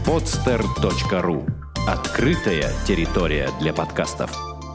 podster.ru. Открытая территория для подкастов.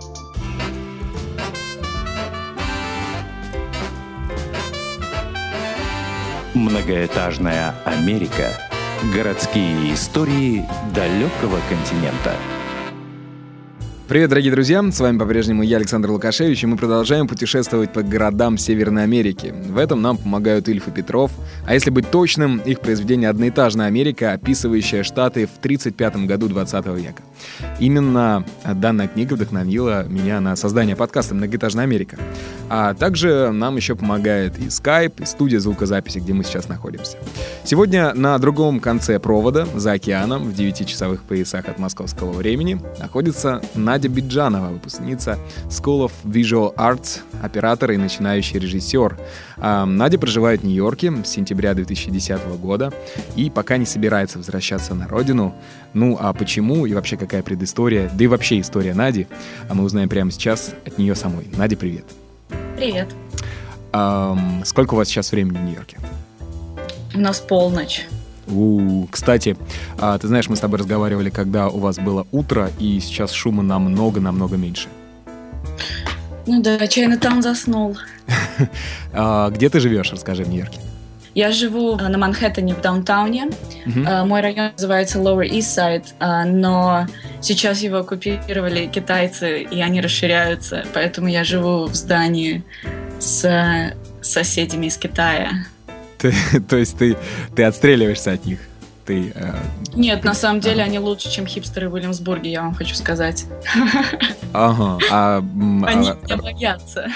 Многоэтажная Америка. Городские истории далекого континента. Привет, дорогие друзья! С вами по-прежнему я, Александр Лукашевич, и мы продолжаем путешествовать по городам Северной Америки. В этом нам помогают Ильф и Петров, а если быть точным, их произведение «Одноэтажная Америка», описывающая Штаты в 1935 году 20 века. Именно данная книга вдохновила меня на создание подкаста «Многоэтажная Америка». А также нам еще помогает и Skype, и студия звукозаписи, где мы сейчас находимся. Сегодня на другом конце провода, за океаном, в 9-часовых поясах от московского времени, находится Надя Биджанова, выпускница School of Visual Arts, оператор и начинающий режиссер. Надя проживает в Нью-Йорке с сентября 2010 года и пока не собирается возвращаться на родину. Ну а почему и вообще какая предыстория, да и вообще история Нади, мы узнаем прямо сейчас от нее самой. Надя, привет. Привет. Сколько у вас сейчас времени в Нью-Йорке? У нас полночь. Кстати, ты знаешь, мы с тобой разговаривали, когда у вас было утро, и сейчас шума намного меньше. Ну да, Чайнатаун заснул. Где ты живешь, расскажи, в Нью-Йорке? Я живу на Манхэттене в даунтауне. Мой район называется Lower East Side, но сейчас его оккупировали китайцы, и они расширяются, поэтому я живу в здании с соседями из Китая. То есть ты отстреливаешься от них? Нет, на самом деле они лучше, чем хипстеры в Уильямсбурге, я вам хочу сказать. Ага. Они не боятся.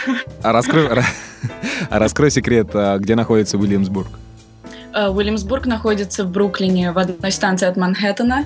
Раскрой секрет, где находится Уильямсбург? Уильямсбург находится в Бруклине, в одной станции от Манхэттена.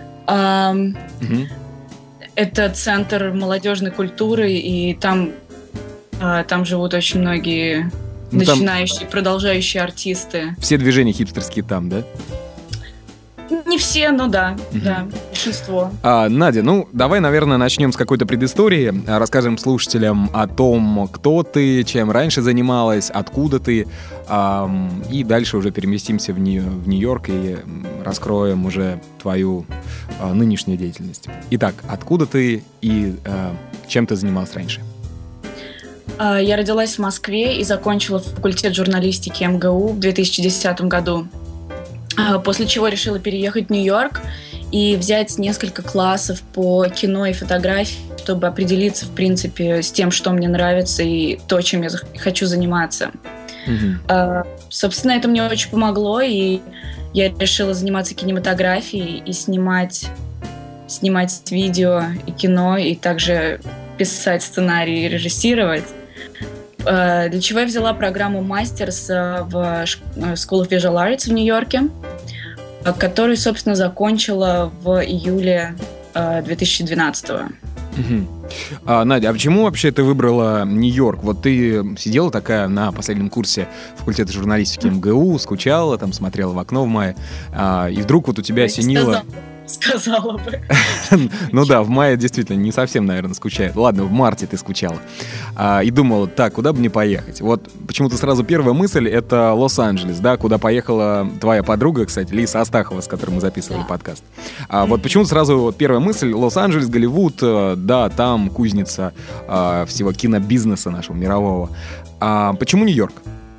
Это центр молодежной культуры, и там живут очень многие начинающие, продолжающие артисты. Все движения хипстерские там, да? Не все, но да, большинство. Надя, давай, наверное, начнем с какой-то предыстории. Расскажем слушателям о том, кто ты, чем раньше занималась, откуда ты. И дальше уже переместимся в Нью-Йорк и раскроем уже твою нынешнюю деятельность. Итак, откуда ты и чем ты занималась раньше? Я родилась в Москве и закончила факультет журналистики МГУ в 2010 году. После чего решила переехать в Нью-Йорк и взять несколько классов по кино и фотографии, чтобы определиться, в принципе, с тем, что мне нравится и то, чем я хочу заниматься. Собственно, это мне очень помогло, и я решила заниматься кинематографией и снимать видео и кино, и также писать сценарий и режиссировать. Для чего я взяла программу Мастерс в School of Visual Arts в Нью-Йорке, которую, собственно, закончила в июле 2012-го. Надя, а почему вообще ты выбрала Нью-Йорк? Вот ты сидела такая на последнем курсе факультета журналистики МГУ, скучала, там смотрела в окно в мае, и вдруг вот у тебя осенило... Сказала бы. Ну да, в мае действительно не совсем, наверное, скучает. Ладно, в марте ты скучала. И думала, так, куда бы мне поехать? Вот почему-то сразу первая мысль — это Лос-Анджелес, да, куда поехала твоя подруга, кстати, Лиса Астахова, с которой мы записывали подкаст. Вот почему-то сразу первая мысль — Лос-Анджелес, Голливуд, да, там кузница всего кинобизнеса нашего мирового. Почему Нью-Йорк?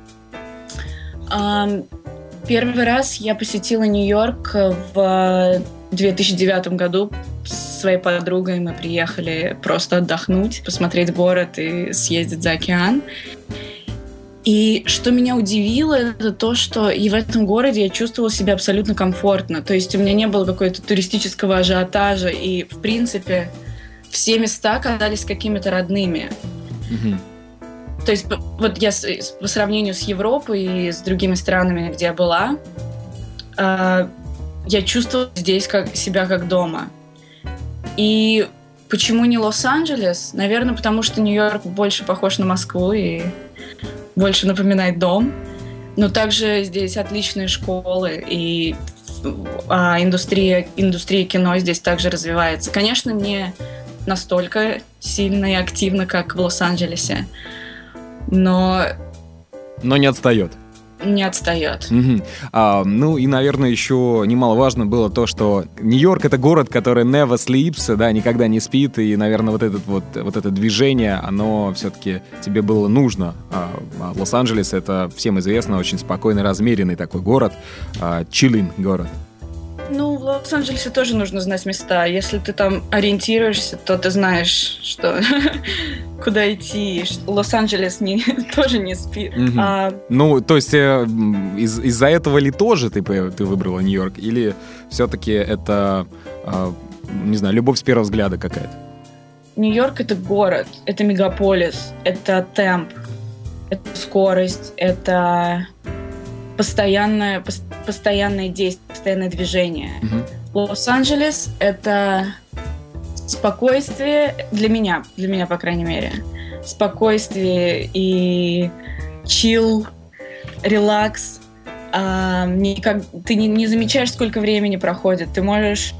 Первый раз я посетила Нью-Йорк в 2009 году с своей подругой. Мы приехали просто отдохнуть, посмотреть город и съездить за океан. И что меня удивило, это то, что и в этом городе я чувствовала себя абсолютно комфортно. То есть у меня не было какого-то туристического ажиотажа, и, в принципе, все места казались какими-то родными. То есть вот я по сравнению с Европой и с другими странами, где я была, я чувствовала здесь себя как дома. И почему не Лос-Анджелес? Наверное, потому что Нью-Йорк больше похож на Москву и больше напоминает дом. Но также здесь отличные школы, и индустрия кино здесь также развивается. Конечно, не настолько сильно и активно, как в Лос-Анджелесе, но не отстает. не отстает. Ну и, наверное, еще немаловажно было то, что Нью-Йорк — это город, который never sleeps, да, никогда не спит, и, наверное, вот это движение, оно все-таки тебе было нужно. Лос-Анджелес — это всем известно, очень спокойный, размеренный такой город, chilling город. Ну, в Лос-Анджелесе тоже нужно знать места. Если ты там ориентируешься, то ты знаешь, что куда идти. Лос-Анджелес тоже не спит. Ну, то есть из-за этого ли тоже ты выбрала Нью-Йорк? Или все-таки это, не знаю, любовь с первого взгляда какая-то? Нью-Йорк — это город, это мегаполис, это темп, это скорость, это постоянное действие, постоянное движение. Лос-Анджелес — это спокойствие для меня, по крайней мере. Спокойствие и чил, релакс. Ты не замечаешь, сколько времени проходит. Ты можешь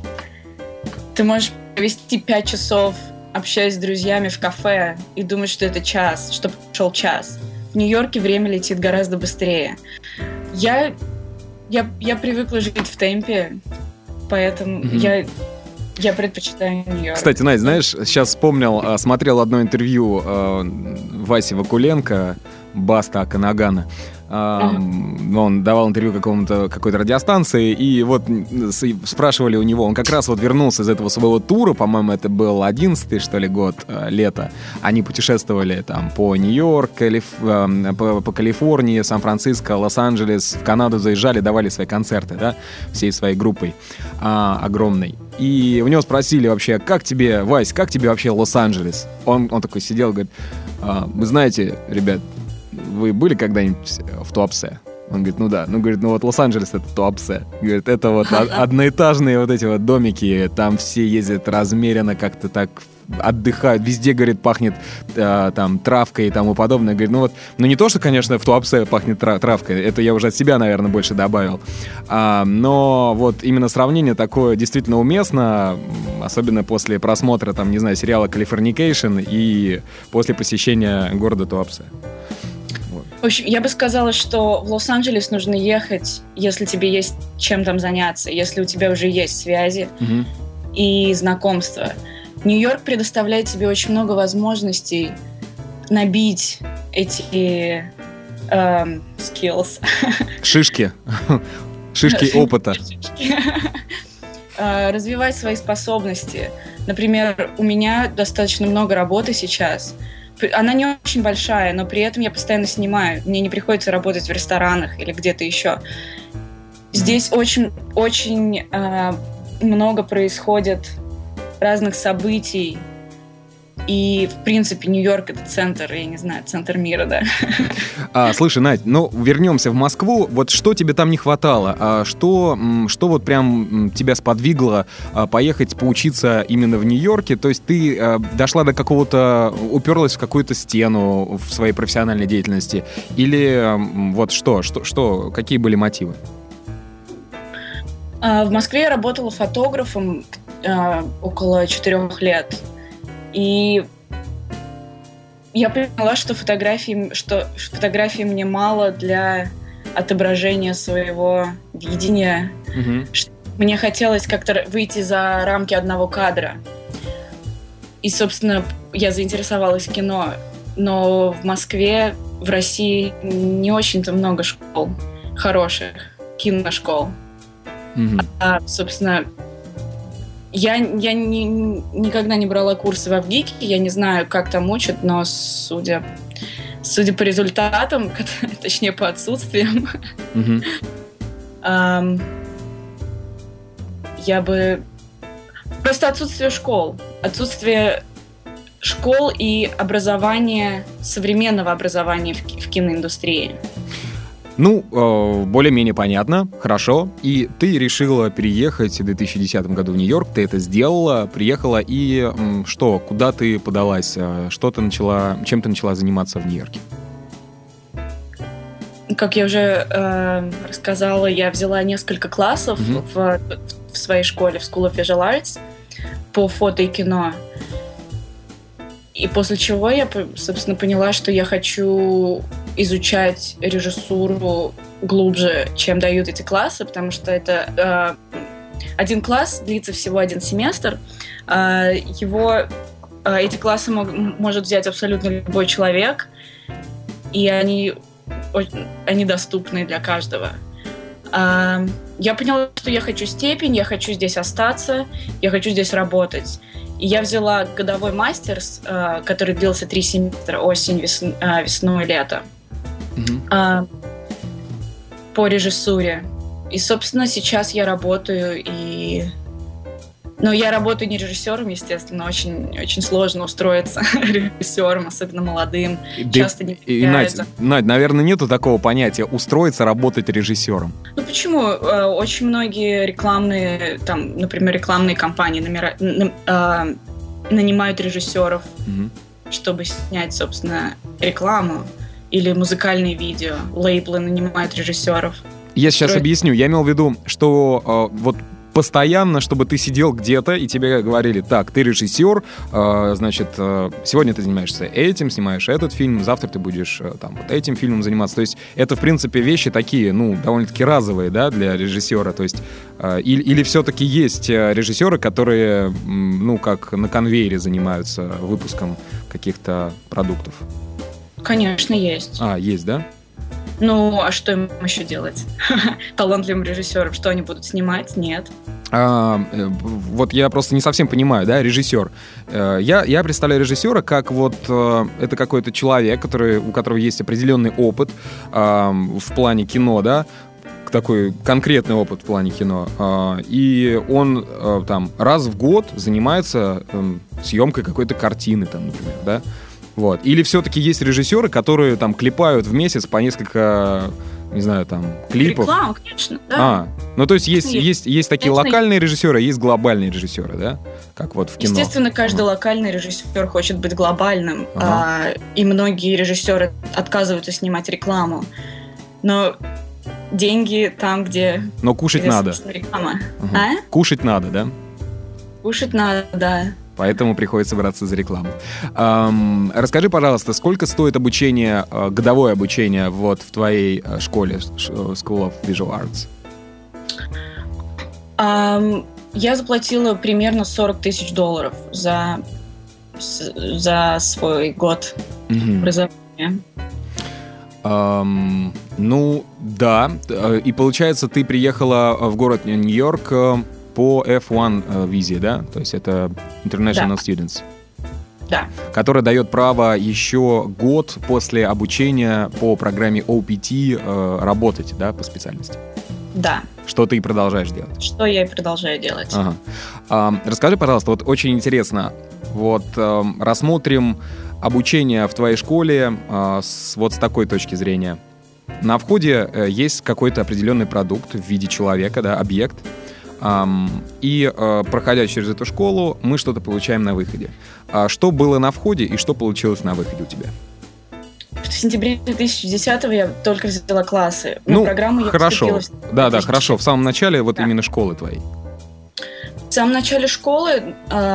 провести 5 часов, общаясь с друзьями в кафе, и думать, что это час, что прошел час. В Нью-Йорке время летит гораздо быстрее. Я привыкла жить в темпе, поэтому я предпочитаю Нью-Йорк. Кстати, Надь, знаешь, сейчас вспомнил, смотрел одно интервью Васи Вакуленко, Баста Аканагана. Он давал интервью какой-то радиостанции, и вот спрашивали у него, он как раз вот вернулся из этого своего тура, по-моему, это был 11-й, что ли, год, лето. Они путешествовали там по Нью-Йорк, по Калифорнии, Сан-Франциско, Лос-Анджелес, в Канаду заезжали, давали свои концерты, да, всей своей группой огромной. И у него спросили вообще, как тебе, Вась, как тебе вообще Лос-Анджелес? Он такой сидел, говорит, вы знаете, ребят, вы были когда-нибудь в Туапсе? Он говорит, ну да. Ну, говорит, ну вот Лос-Анджелес — это Туапсе. Говорит, это вот одноэтажные вот эти вот домики, там все ездят размеренно, как-то так отдыхают. Везде, говорит, пахнет там травкой и тому подобное. Говорит, ну не то, что, конечно, в Туапсе пахнет травкой, это я уже от себя, наверное, больше добавил. Но вот именно сравнение такое действительно уместно, особенно после просмотра, там, не знаю, сериала «Калифорникейшн» и после посещения города Туапсе. В общем, я бы сказала, что в Лос-Анджелес нужно ехать, если тебе есть чем там заняться, если у тебя уже есть связи и знакомства. Нью-Йорк предоставляет тебе очень много возможностей набить эти skills. Шишки опыта. Развивать свои способности. Например, у меня достаточно много работы сейчас. Она не очень большая, но при этом я постоянно снимаю. Мне не приходится работать в ресторанах или где-то еще. Здесь очень много происходит разных событий. И, в принципе, Нью-Йорк — это центр, я не знаю, центр мира, да. Слушай, Надь, ну, вернемся в Москву. Вот что тебе там не хватало? Что вот прям тебя сподвигло поехать поучиться именно в Нью-Йорке? То есть ты дошла до какого-то, уперлась в какую-то стену в своей профессиональной деятельности? Или вот какие были мотивы? В Москве я работала фотографом около 4 лет. И я поняла, что фотографии мне мало для отображения своего видения. Мне хотелось как-то выйти за рамки одного кадра. И, собственно, я заинтересовалась кино. Но в Москве, в России не очень-то много школ хороших, киношкол. Собственно, я никогда не брала курсы в Авгике, я не знаю, как там учат, но судя по результатам, точнее по отсутствиям, я бы... Просто отсутствие школ и образования, современного образования в киноиндустрии. Ну, более-менее понятно, хорошо. И ты решила переехать в 2010 году в Нью-Йорк, ты это сделала, приехала, и что, куда ты подалась, чем ты начала заниматься в Нью-Йорке? Как я уже рассказала, я взяла несколько классов в своей школе, в School of Visual Arts, по фото и кино. И после чего я, собственно, поняла, что я хочу изучать режиссуру глубже, чем дают эти классы, потому что это один класс длится всего один семестр. Эти классы может взять абсолютно любой человек, и они доступны для каждого. Я поняла, что я хочу степень, я хочу здесь остаться, я хочу здесь работать. И я взяла годовой мастерс, который длился 3 семестра, осень, весну и лето, по режиссуре. И, собственно, сейчас я работаю, но я работаю не режиссером, естественно, очень сложно устроиться режиссером, особенно молодым, часто не получается. Надь, наверное, нету такого понятия устроиться, работать режиссером. Ну почему? Очень многие рекламные, там, например, рекламные компании нанимают режиссеров, чтобы снять, собственно, рекламу или музыкальные видео. Лейблы нанимают режиссеров. Я сейчас объясню. Я имел в виду, что вот постоянно, чтобы ты сидел где-то, и тебе говорили: так, ты режиссер, значит, сегодня ты занимаешься этим, снимаешь этот фильм, завтра ты будешь там вот этим фильмом заниматься. То есть это, в принципе, вещи такие, ну, довольно-таки разовые, да, для режиссера. То есть или все-таки есть режиссеры, которые, ну, как на конвейере занимаются выпуском каких-то продуктов? Конечно, есть. Есть, да? Ну, а что им еще делать? Талантливым режиссерам, что они будут снимать? Нет. Вот я просто не совсем понимаю, да, режиссер. Я представляю режиссера как вот это какой-то человек, у которого есть определенный опыт в плане кино, да, такой конкретный опыт в плане кино. И он там раз в год занимается съемкой какой-то картины, там, например, да. Вот. Или все-таки есть режиссеры, которые там клепают в месяц по несколько, не знаю, там, клипов. Рекламу, конечно, да. Ну то есть есть такие локальные режиссеры, есть глобальные режиссеры, да? Как вот в кино. Естественно, каждый локальный режиссер хочет быть глобальным, и многие режиссеры отказываются снимать рекламу. Но деньги там, где... Но кушать надо. Реклама. Кушать надо, да? Кушать надо, да. Поэтому приходится браться за рекламу. Расскажи, пожалуйста, сколько стоит обучение, годовое обучение вот в твоей школе School of Visual Arts? Я заплатила примерно $40,000 за свой год образования. Ну, да. И получается, ты приехала в город Нью-Йорк по F1 визе, да? То есть это International Students. Да. Которая дает право еще год после обучения по программе OPT работать, да, по специальности? Да. Что ты и продолжаешь делать? Что я и продолжаю делать. Расскажи, пожалуйста, вот очень интересно, вот рассмотрим обучение в твоей школе с такой точки зрения. На входе есть какой-то определенный продукт в виде человека, да, объект, и проходя через эту школу, мы что-то получаем на выходе. Что было на входе и что получилось на выходе у тебя? В сентябре 2010-го я только взяла классы. Ну, программу я хорошо. Да, хорошо. В самом начале вот именно школы твоей. В самом начале школы,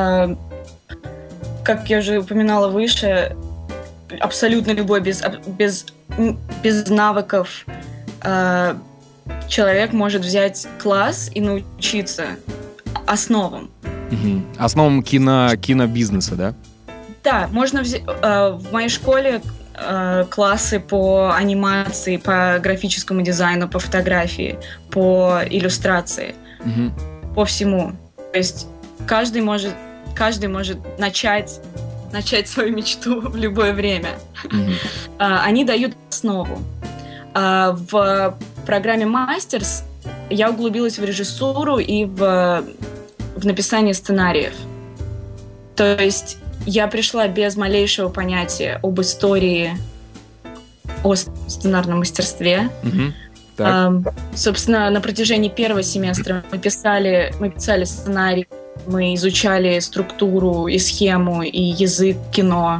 как я уже упоминала выше, абсолютно любой без навыков человек может взять класс и научиться основам. Основам кинобизнеса, да? Да, можно взять. В моей школе классы по анимации, по графическому дизайну, по фотографии, по иллюстрации, по всему. То есть каждый может начать свою мечту в любое время. Они дают основу. В программе Мастерс я углубилась в режиссуру и в написание сценариев. То есть я пришла без малейшего понятия об истории, о сценарном мастерстве. Собственно, на протяжении первого семестра мы писали сценарий, мы изучали структуру и схему, и язык кино.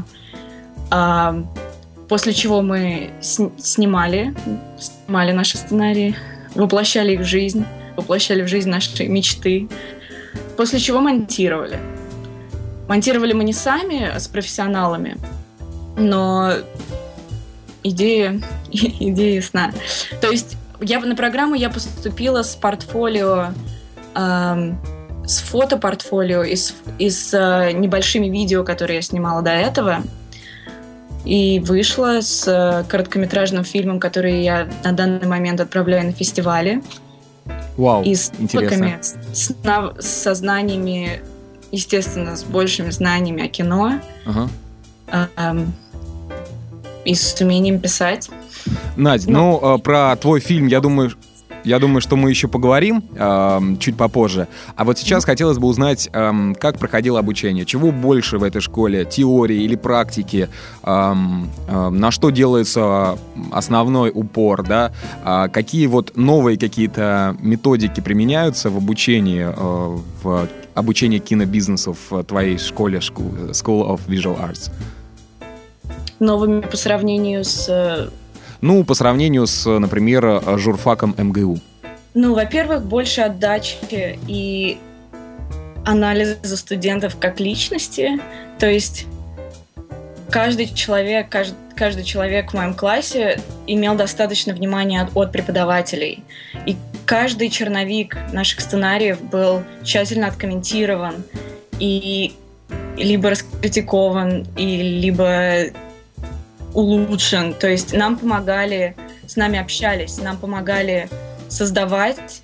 После чего мы снимали наши сценарии, воплощали их в жизнь наши мечты. После чего монтировали. Монтировали мы не сами, а с профессионалами. Но идея ясна. То есть на программу я поступила с портфолио, с фотопортфолио и с небольшими видео, которые я снимала до этого. И вышла с короткометражным фильмом, который я на данный момент отправляю на фестивали. Вау, и с интересно. со знаниями, естественно, с большими знаниями о кино. И с умением писать. Надь, про твой фильм, я думаю, что мы еще поговорим чуть попозже. А вот сейчас хотелось бы узнать, как проходило обучение. Чего больше в этой школе? Теории или практики? На что делается основной упор? Да? Какие вот новые какие-то методики применяются в обучении, кинобизнесу в твоей школе School of Visual Arts? Новыми по сравнению с... по сравнению с, например, журфаком МГУ. Во-первых, больше отдачи и анализа студентов как личности. То есть каждый человек в моем классе имел достаточно внимания от преподавателей. И каждый черновик наших сценариев был тщательно откомментирован и либо раскритикован, либо улучшен. То есть нам помогали, с нами общались, нам помогали создавать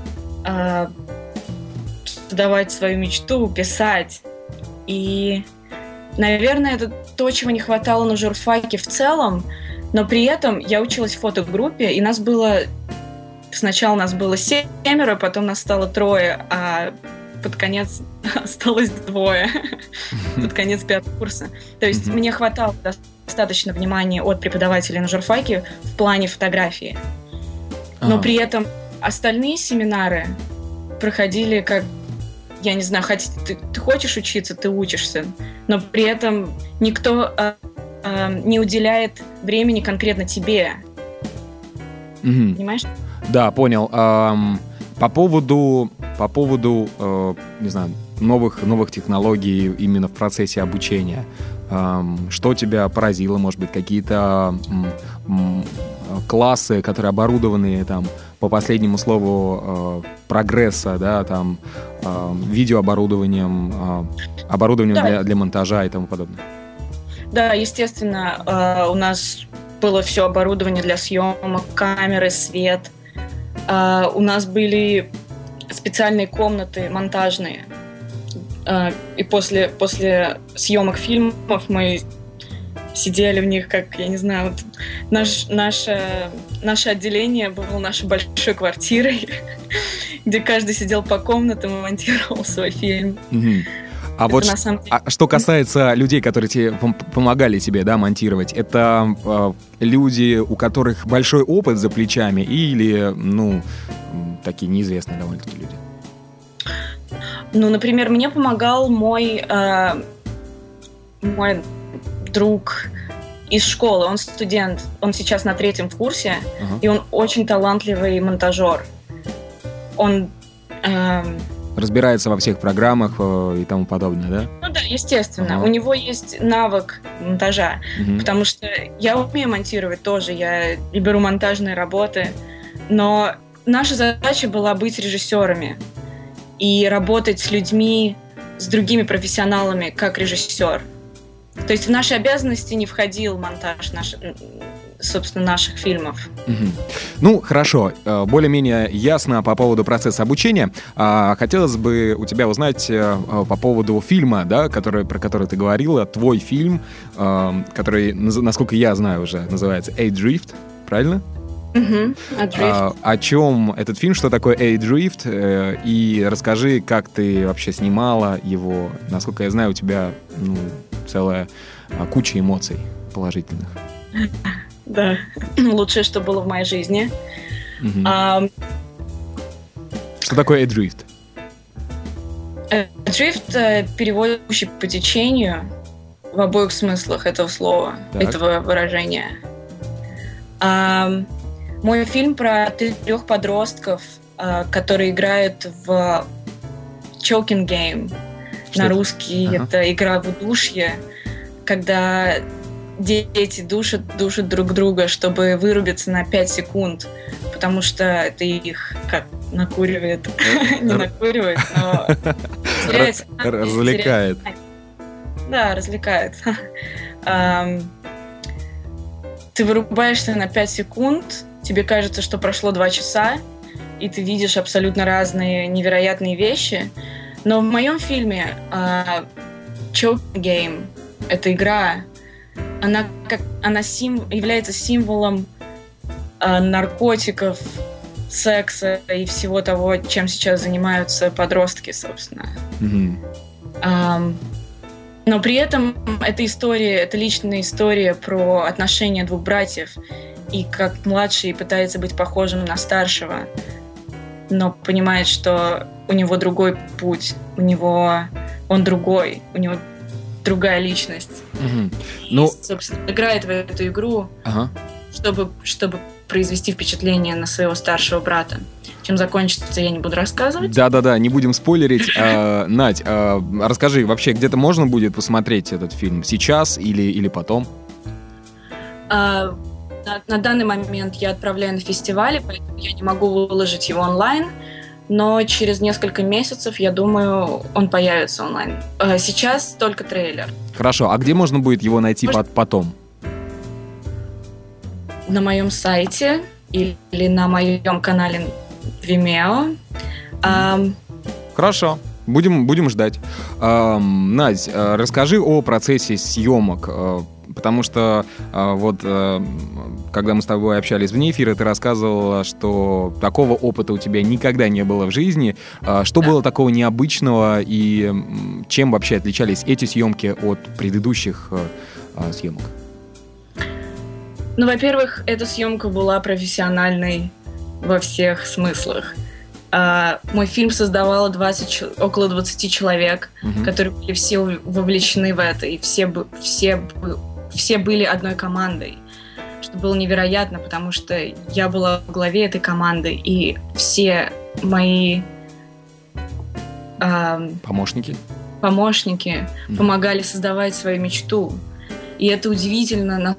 свою мечту, писать. И, наверное, это то, чего не хватало на журфаке в целом, но при этом я училась в фотогруппе, и сначала нас было 7, потом нас стало 3, а под конец осталось 2, под конец 5-го курса. То есть мне хватало достаточно внимания от преподавателей на журфаке в плане фотографии. Но при этом остальные семинары проходили как, я не знаю, ты хочешь учиться, ты учишься, но при этом никто не уделяет времени конкретно тебе. Понимаешь? Да, понял. По поводу, не знаю, новых технологий именно в процессе обучения. Что тебя поразило? Может быть, какие-то классы, которые оборудованы там по последнему слову прогресса, да, там видеооборудованием, оборудованием для монтажа и тому подобное? Да, естественно, у нас было все оборудование для съемок, камеры, свет. У нас были специальные комнаты монтажные. И после съемок фильмов мы сидели в них, как, я не знаю, вот наше отделение было нашей большой квартирой, где каждый сидел по комнатам и монтировал свой фильм. А вот что касается людей, которые тебе помогали тебе, да, монтировать, это люди, у которых большой опыт за плечами, или, такие неизвестные довольно-таки люди? Например, мне помогал мой друг из школы. Он студент, он сейчас на 3-м курсе, и он очень талантливый монтажер. Он разбирается во всех программах и тому подобное, да? Да, естественно. У него есть навык монтажа, потому что я умею монтировать тоже, я беру монтажные работы, но наша задача была быть режиссерами и работать с людьми, с другими профессионалами, как режиссер. То есть в наши обязанности не входил монтаж наших фильмов. Хорошо. Более-менее ясно по поводу процесса обучения. Хотелось бы у тебя узнать по поводу фильма, да, про который ты говорила, твой фильм, который, насколько я знаю уже, называется «A-Drift», правильно? О чем этот фильм, что такое A-Drift, и расскажи, как ты вообще снимала его. Насколько я знаю, у тебя целая куча эмоций положительных. Да, лучшее, что было в моей жизни. Что такое A-Drift? A-Drift переводится по течению в обоих смыслах этого слова, этого выражения. Мой фильм про 3 подростков, которые играют в choking game. На русский это игра в удушье, когда дети душат друг друга, чтобы вырубиться на 5 секунд, потому что это их как накуривает, не накуривает, но развлекает. Да, развлекает. Ты вырубаешься на 5 секунд, тебе кажется, что прошло 2 часа, и ты видишь абсолютно разные невероятные вещи. Но в моем фильме Choking Game, эта игра, она является символом наркотиков, секса и всего того, чем сейчас занимаются подростки, собственно. Но при этом эта личная история про отношения двух братьев, и как младший пытается быть похожим на старшего, но понимает, что у него другой путь, он другой, у него другая личность. И, собственно, играет в эту игру, чтобы произвести впечатление на своего старшего брата. Чем закончится, я не буду рассказывать. Да, не будем спойлерить. Надь, расскажи, вообще, где-то можно будет посмотреть этот фильм? Сейчас или потом? На данный момент я отправляю на фестивали, поэтому я не могу выложить его онлайн, но через несколько месяцев, я думаю, он появится онлайн. Сейчас только трейлер. Хорошо, а где можно будет его найти потом? На моем сайте или на моем канале Vimeo. Хорошо, будем ждать. Надь, расскажи о процессе съемок, потому что когда мы с тобой общались вне эфира, ты рассказывала, что такого опыта у тебя никогда не было в жизни. Что было такого необычного и чем вообще отличались эти съемки от предыдущих съемок? Ну, во-первых, эта съемка была профессиональной во всех смыслах. Мой фильм создавало около 20 человек, которые были все вовлечены в это, и все были одной командой, что было невероятно, потому что я была в главе этой команды, и все мои помощники помогали создавать свою мечту. И это удивительно,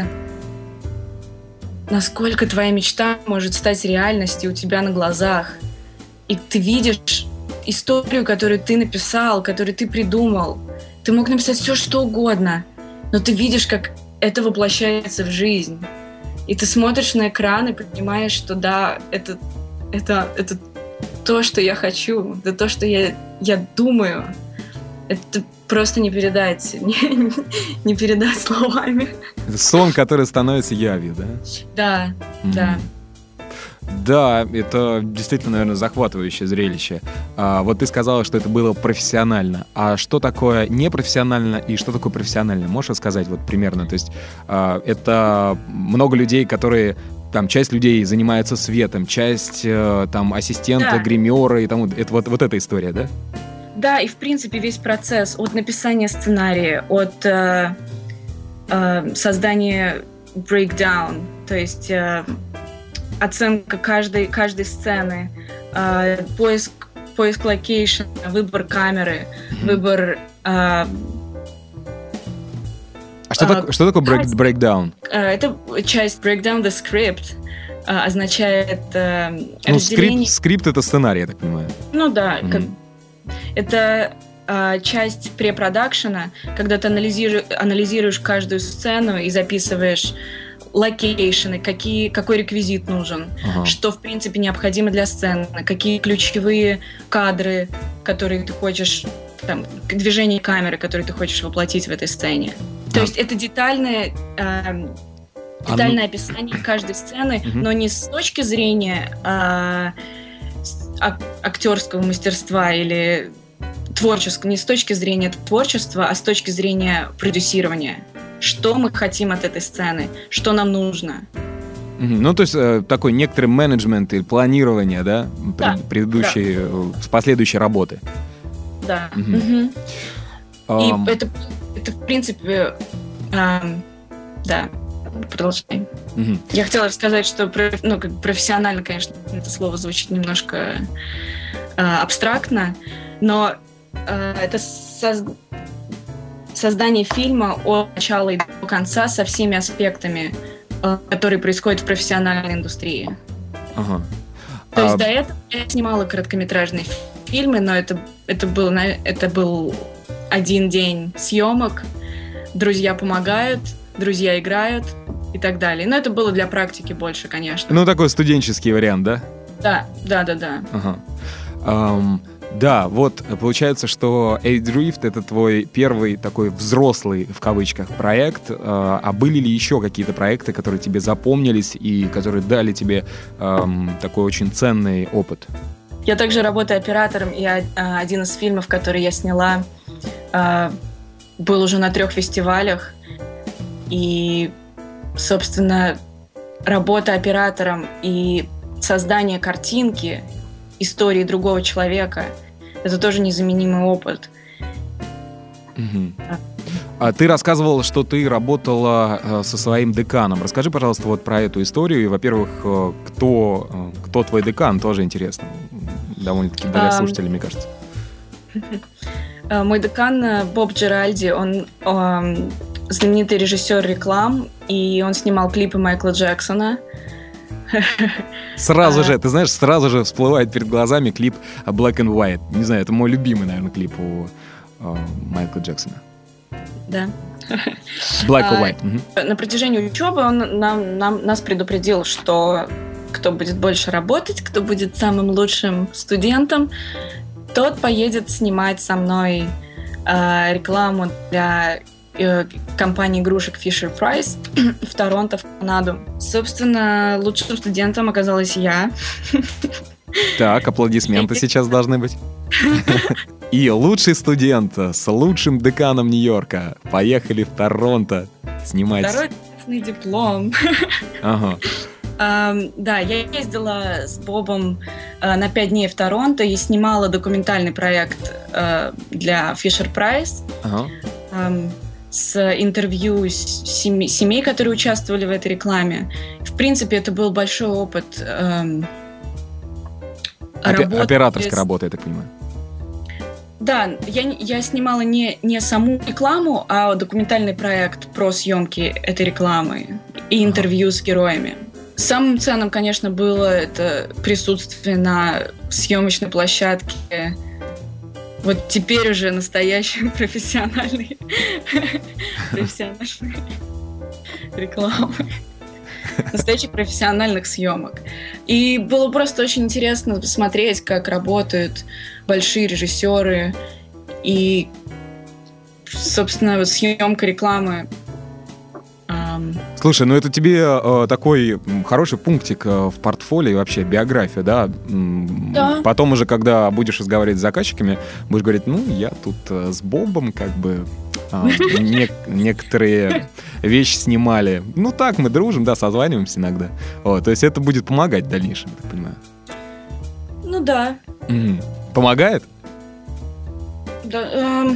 насколько твоя мечта может стать реальностью у тебя на глазах. И ты видишь историю, которую ты написал, которую ты придумал. Ты мог написать все, что угодно, но ты видишь, как это воплощается в жизнь. И ты смотришь на экран и понимаешь, что да, это то, что я хочу, это то, что я думаю. Это просто не передать, не передать словами. Это сон, который становится явью, да? Да, да. Да, это действительно, наверное, захватывающее зрелище. Вот ты сказала, что это было профессионально. А что такое непрофессионально и что такое профессионально? Можешь рассказать вот примерно? То есть это много людей, которые... Там часть людей занимается светом, часть там ассистента, гримера и тому... Это вот эта история, да? Да, и в принципе весь процесс от написания сценария, от создания breakdown, то есть оценка каждой сцены, поиск локейшн, выбор камеры, выбор... Что такое breakdown? Это часть breakdown the script, означает разделение... Скрипт — это сценарий, я так понимаю. Ну да, это часть препродакшена, когда ты анализируешь каждую сцену и записываешь локейшены, какой реквизит нужен, что, в принципе, необходимо для сцены, какие ключевые кадры, которые ты хочешь, там, движение камеры, которые ты хочешь воплотить в этой сцене. То есть это детальное описание каждой сцены, но не с точки зрения актерского мастерства или творческого, не с точки зрения творчества, а с точки зрения продюсирования. Что мы хотим от этой сцены, что нам нужно. Ну, то есть такой некоторый менеджмент или планирование, да? Предыдущей, последующей работы. Да. И это в принципе, да, продолжаем. Я хотела рассказать, что профессионально, конечно, это слово звучит немножко создание фильма от начала и до конца со всеми аспектами, которые происходят в профессиональной индустрии. Ага. То есть до этого я снимала короткометражные фильмы, но это был один день съемок, друзья помогают, друзья играют и так далее. Но это было для практики больше, конечно. Ну, такой студенческий вариант, да? Да. Ага. Да, вот получается, что Adrift — это твой первый такой взрослый, в кавычках, проект. А были ли еще какие-то проекты, которые тебе запомнились и которые дали тебе такой очень ценный опыт? Я также работаю оператором, и один из фильмов, который я сняла, был уже на 3 фестивалях. И, собственно, работа оператором и создание картинки, истории другого человека — это тоже незаменимый опыт. Угу. А ты рассказывала, что ты работала со своим деканом. Расскажи, пожалуйста, вот про эту историю. И, во-первых, кто твой декан, тоже интересно. Довольно-таки для слушателей, мне кажется. Мой декан Боб Джеральди, он знаменитый режиссер реклам, и он снимал клипы Майкла Джексона. Сразу же всплывает перед глазами клип Black and White. Не знаю, это мой любимый, наверное, клип у Майкла Джексона. Да. Black and White. На протяжении учебы он нас предупредил, что кто будет больше работать, кто будет самым лучшим студентом, тот поедет снимать со мной рекламу для компании игрушек Fisher-Price в Торонто, в Канаду. Собственно, лучшим студентом оказалась я. Так, аплодисменты сейчас должны быть. И лучший студент с лучшим деканом Нью-Йорка поехали в Торонто снимать. Второй красный диплом. Ага. Да, я ездила с Бобом на 5 дней в Торонто и снимала документальный проект для Fisher-Price. Ага. С интервью семей, которые участвовали в этой рекламе. В принципе, это был большой опыт операторской работы, я так понимаю. Да, я снимала не саму рекламу, а документальный проект про съемки этой рекламы и интервью с героями. Самым ценным, конечно, было это присутствие на съемочной площадке. Вот теперь уже настоящей профессиональной рекламы. Настоящих профессиональных съемок. И было просто очень интересно посмотреть, как работают большие режиссеры. И, собственно, вот съемка рекламы. Слушай, ну это тебе такой хороший пунктик в портфолио и вообще биография, да? Да. Потом уже, когда будешь разговаривать с заказчиками, будешь говорить, ну, я тут с Бобом как бы некоторые вещи снимали. Ну так, мы дружим, да, созваниваемся иногда. То есть это будет помогать в дальнейшем, я так понимаю. Ну да. Помогает? Да.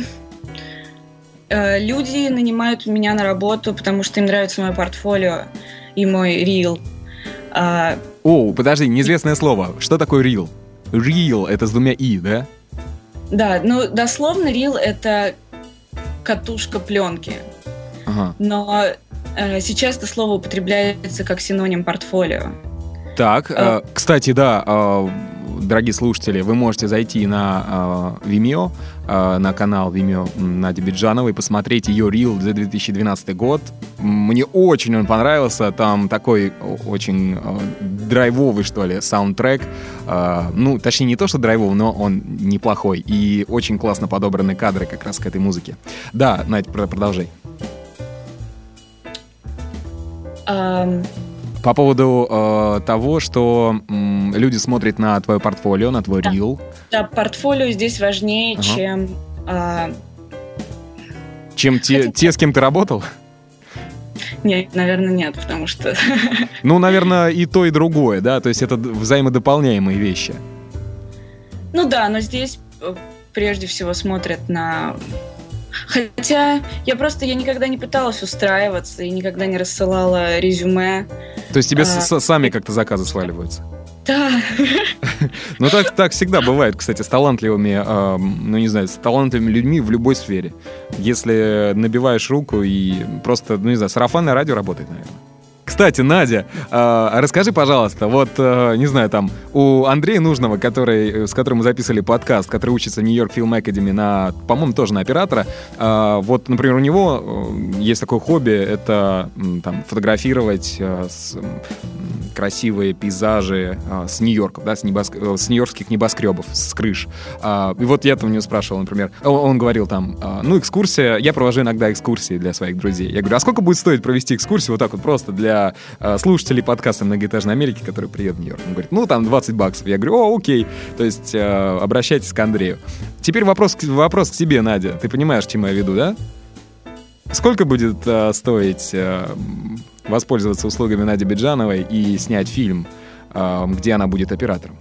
Люди нанимают меня на работу, потому что им нравится мое портфолио и мой рил. Подожди, неизвестное слово. Что такое рил? Рил — это с 2 «и», да? Да, ну дословно рил — это катушка пленки. Ага. Но сейчас это слово употребляется как синоним портфолио. Так, кстати, да, дорогие слушатели, вы можете зайти на Vimeo, на канал Vimeo Нади Биджановой, посмотреть ее рил за 2012 год. Мне очень он понравился. Там такой очень драйвовый, что ли, саундтрек. Ну, точнее, не то, что драйвовый, но он неплохой. И очень классно подобраны кадры как раз к этой музыке. Да, Надь, продолжай. По поводу того, что люди смотрят на твое портфолио, на твой рил. Да, портфолио здесь важнее, чем те, с кем ты работал? Нет, наверное, нет, потому что... Ну, наверное, и то, и другое, да? То есть это взаимодополняемые вещи. Ну да, но здесь прежде всего смотрят на... Хотя я никогда не пыталась устраиваться и никогда не рассылала резюме. То есть тебе сами как-то заказы сваливаются? Да. Ну, так всегда бывает, кстати, с талантливыми, с талантливыми людьми в любой сфере. Если набиваешь руку и просто, сарафанное радио работает, наверное. Кстати, Надя, расскажи, пожалуйста, у Андрея Нужного, с которым мы записывали подкаст, который учится в Нью-Йорк Film Academy по-моему, тоже на оператора, например, у него есть такое хобби, это фотографировать красивые пейзажи с Нью-Йорка, да, с нью-йоркских небоскребов, с крыш. И вот я там у него спрашивал, например, он говорил экскурсия, я провожу иногда экскурсии для своих друзей. Я говорю, а сколько будет стоить провести экскурсию вот так вот просто для слушателей подкаста «Многоэтажной Америки», которые приедут в Нью-Йорк? Он говорит, $20. Я говорю, окей. То есть обращайтесь к Андрею. Теперь вопрос к тебе, Надя. Ты понимаешь, к чему я веду, да? Сколько будет стоить воспользоваться услугами Нади Биджановой и снять фильм, где она будет оператором?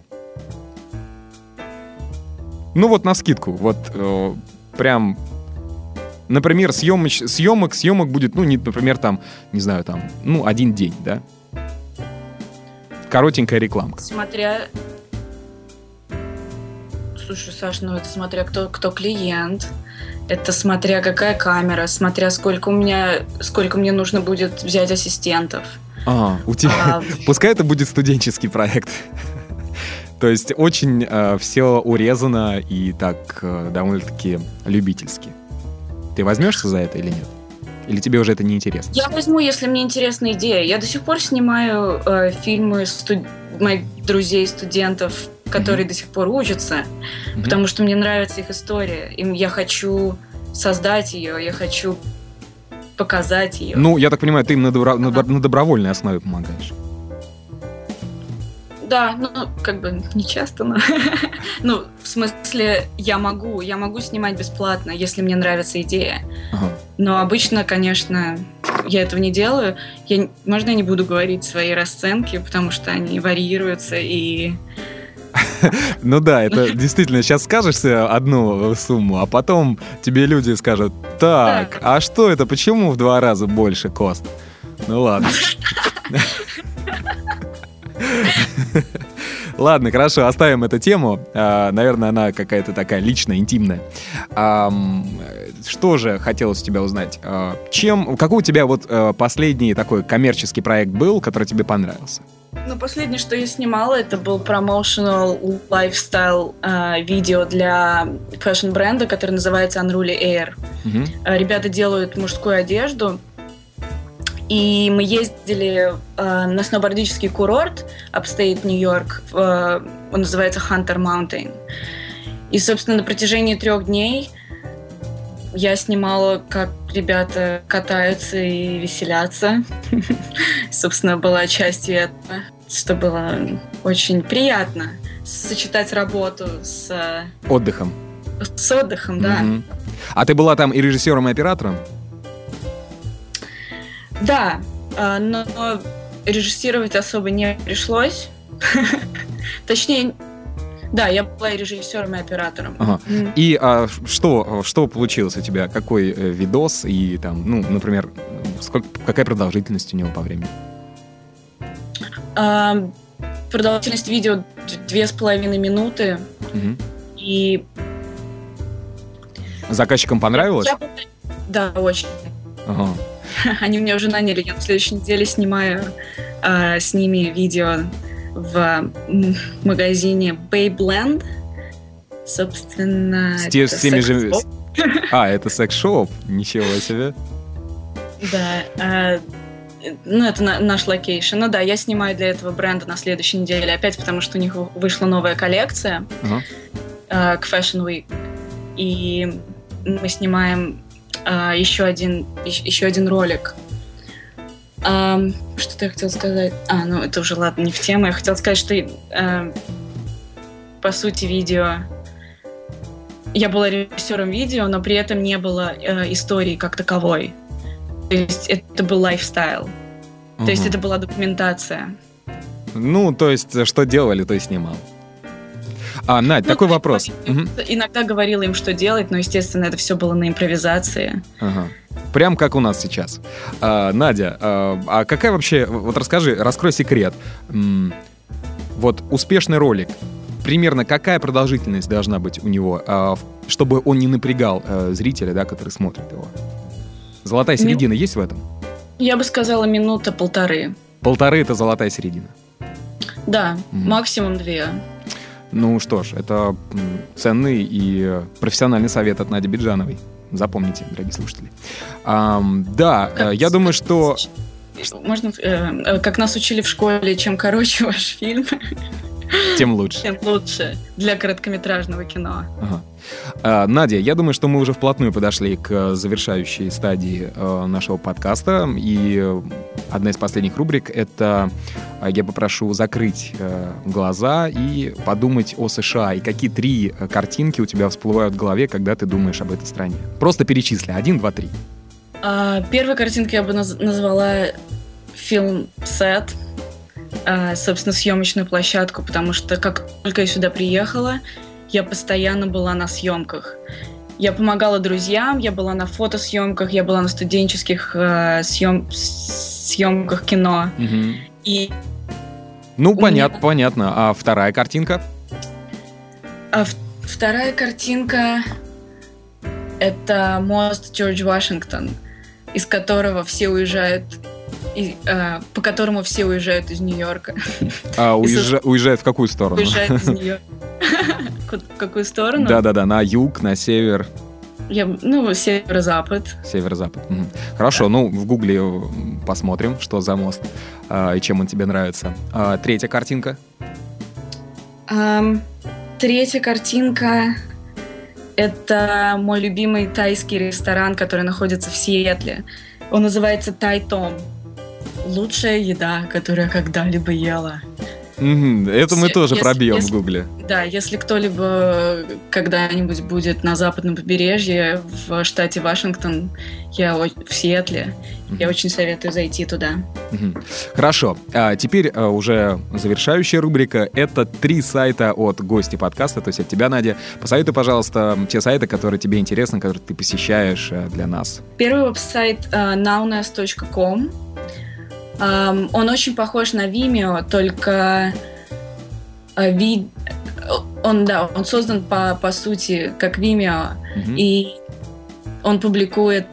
Навскидку. Прям, например, съемок будет, например, один день, да? Коротенькая рекламка. Слушай, Саш, это смотря кто клиент. Это смотря какая камера, смотря сколько мне нужно будет взять ассистентов. У тебя... Пускай это будет студенческий проект. То есть очень все урезано и так довольно-таки любительски. Ты возьмешься за это или нет? Или тебе уже это не интересно? Я возьму, если мне интересна идея. Я до сих пор снимаю фильмы моих друзей, студентов, которые до сих пор учатся, потому что мне нравится их история. И я хочу создать ее, я хочу показать ее. Я так понимаю, ты им на добровольной основе помогаешь. Да, не часто, но... в смысле, я могу снимать бесплатно, если мне нравится идея. Но обычно, конечно, я этого не делаю. Можно я не буду говорить свои расценки, потому что они варьируются и... Это действительно, сейчас скажешь одну сумму, а потом тебе люди скажут, так, а что это, почему в 2 раза больше кост? Ладно. Ладно, хорошо, оставим эту тему. Наверное, она какая-то такая личная, интимная. Что же хотелось у тебя узнать? Какой у тебя последний такой коммерческий проект был, который тебе понравился? Последнее, что я снимала, это был promotional lifestyle видео для фэшн-бренда, который называется Unruly Air. Ребята делают мужскую одежду. И мы ездили на сноубордический курорт Upstate Нью-Йорк, он называется Hunter Mountain. И, собственно, на протяжении 3 дней я снимала, как ребята катаются и веселятся. Собственно, была частью этого, что было очень приятно сочетать работу с отдыхом. С отдыхом, да. А ты была там и режиссером, и оператором? Да, но режиссировать особо не пришлось. Точнее, да, я была и режиссером, и оператором. И что получилось у тебя? Какой видос и например, какая продолжительность у него по времени? Продолжительность видео 2,5 минуты. И заказчикам понравилось? Да, очень. Они меня уже наняли. Я на следующей неделе снимаю с ними видео в магазине Babeland. Собственно, это секс-шоп. Это секс-шоп? Ничего себе. Да. Это наш локейшн. Я снимаю для этого бренда на следующей неделе. Опять потому, что у них вышла новая коллекция к Fashion Week. И мы снимаем еще один ролик. Что-то я хотела сказать. Это уже, ладно, не в тему. Я хотела сказать, что по сути видео... Я была режиссером видео, но при этом не было истории как таковой. То есть это был лайфстайл. То есть это была документация. То есть что делали, то и снимал. Надь, такой вопрос. Иногда говорила им, что делать, но, естественно, это все было на импровизации. Прям как у нас сейчас. Надя, а какая вообще... расскажи, раскрой секрет. Вот успешный ролик, примерно какая продолжительность должна быть у него, чтобы он не напрягал зрителя, да, который смотрит его? Золотая середина есть в этом? Я бы сказала, 1-1.5 минуты. 1,5 — это золотая середина? Да, максимум 2. Ну что ж, это ценный и профессиональный совет от Нади Биджановой. Запомните, дорогие слушатели. Я думаю, что... Можно, как нас учили в школе, чем короче ваш фильм, тем лучше. Тем лучше для короткометражного кино. Ага. Надя, я думаю, что мы уже вплотную подошли к завершающей стадии нашего подкаста. И одна из последних рубрик — это я попрошу закрыть глаза и подумать о США. И какие 3 картинки у тебя всплывают в голове, когда ты думаешь об этой стране? Просто перечисли. 1, 2, 3. Первой картинкой я бы назвала фильм «Сет», собственно, съемочную площадку, потому что как только я сюда приехала, я постоянно была на съемках. Я помогала друзьям, я была на фотосъемках, я была на студенческих съемках кино. Угу. И понятно. А вторая картинка? Вторая картинка — это мост Джордж Вашингтон, из которого все уезжают, по которому все уезжают из Нью-Йорка. Уезжают в какую сторону? Уезжают из Нью-Йорка. В какую сторону? Да, на юг, на север. Северо-запад. Северо-запад. Хорошо, в Гугле посмотрим, что за мост и чем он тебе нравится. Третья картинка? Третья картинка — это мой любимый тайский ресторан, который находится в Сиэтле. Он называется Тай Том. Лучшая еда, которую я когда-либо ела. Это мы тоже пробьем в Гугле. Да, если кто-либо когда-нибудь будет на западном побережье в штате Вашингтон, я в Сиэтле, я очень советую зайти туда. Хорошо. Теперь уже завершающая рубрика. Это 3 сайта от гостя подкаста, то есть от тебя, Надя. Посоветуй, пожалуйста, те сайты, которые тебе интересны, которые ты посещаешь для нас. Первый веб-сайт nowness.com. Он очень похож на Vimeo, только он создан по сути как Vimeo, и он публикует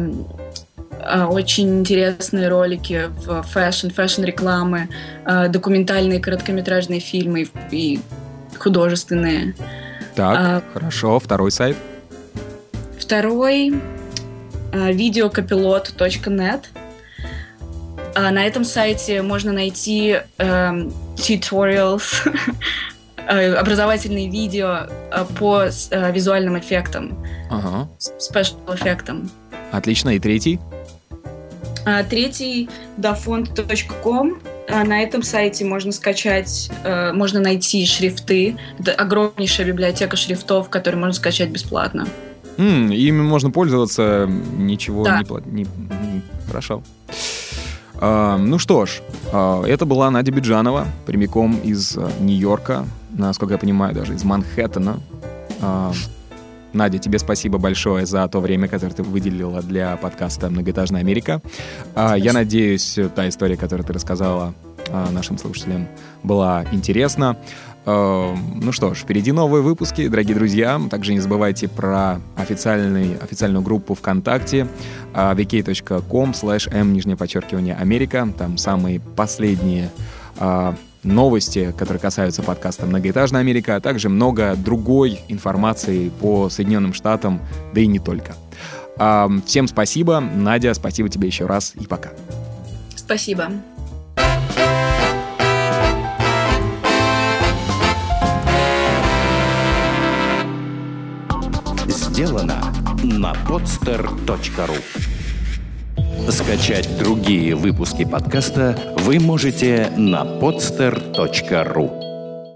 очень интересные ролики в фэшн-рекламы, документальные короткометражные фильмы и художественные. Так, хорошо. Второй сайт? Второй — videocopilot.net. На этом сайте можно найти tutorials, образовательные видео по визуальным эффектам, спешл-эффектам. Отлично. И третий? Третий — dafont.com. На этом сайте можно можно найти шрифты. Это огромнейшая библиотека шрифтов, которые можно скачать бесплатно. Ими можно пользоваться, ничего не платить. Хорошо. Ну что ж, это была Надя Биджанова, прямиком из Нью-Йорка, насколько я понимаю, даже из Манхэттена. Надя, тебе спасибо большое за то время, которое ты выделила для подкаста «Многоэтажная Америка». Я надеюсь, та история, которую ты рассказала нашим слушателям, была интересна. Ну что ж, впереди новые выпуски, дорогие друзья. Также не забывайте про официальную группу ВКонтакте vk.com/m_Америка. Там самые последние новости, которые касаются подкаста «Многоэтажная Америка», а также много другой информации по Соединенным Штатам, да и не только. Всем спасибо. Надя, спасибо тебе еще раз и пока. Спасибо. Сделано на podster.ru. Скачать другие выпуски подкаста вы можете на podster.ru.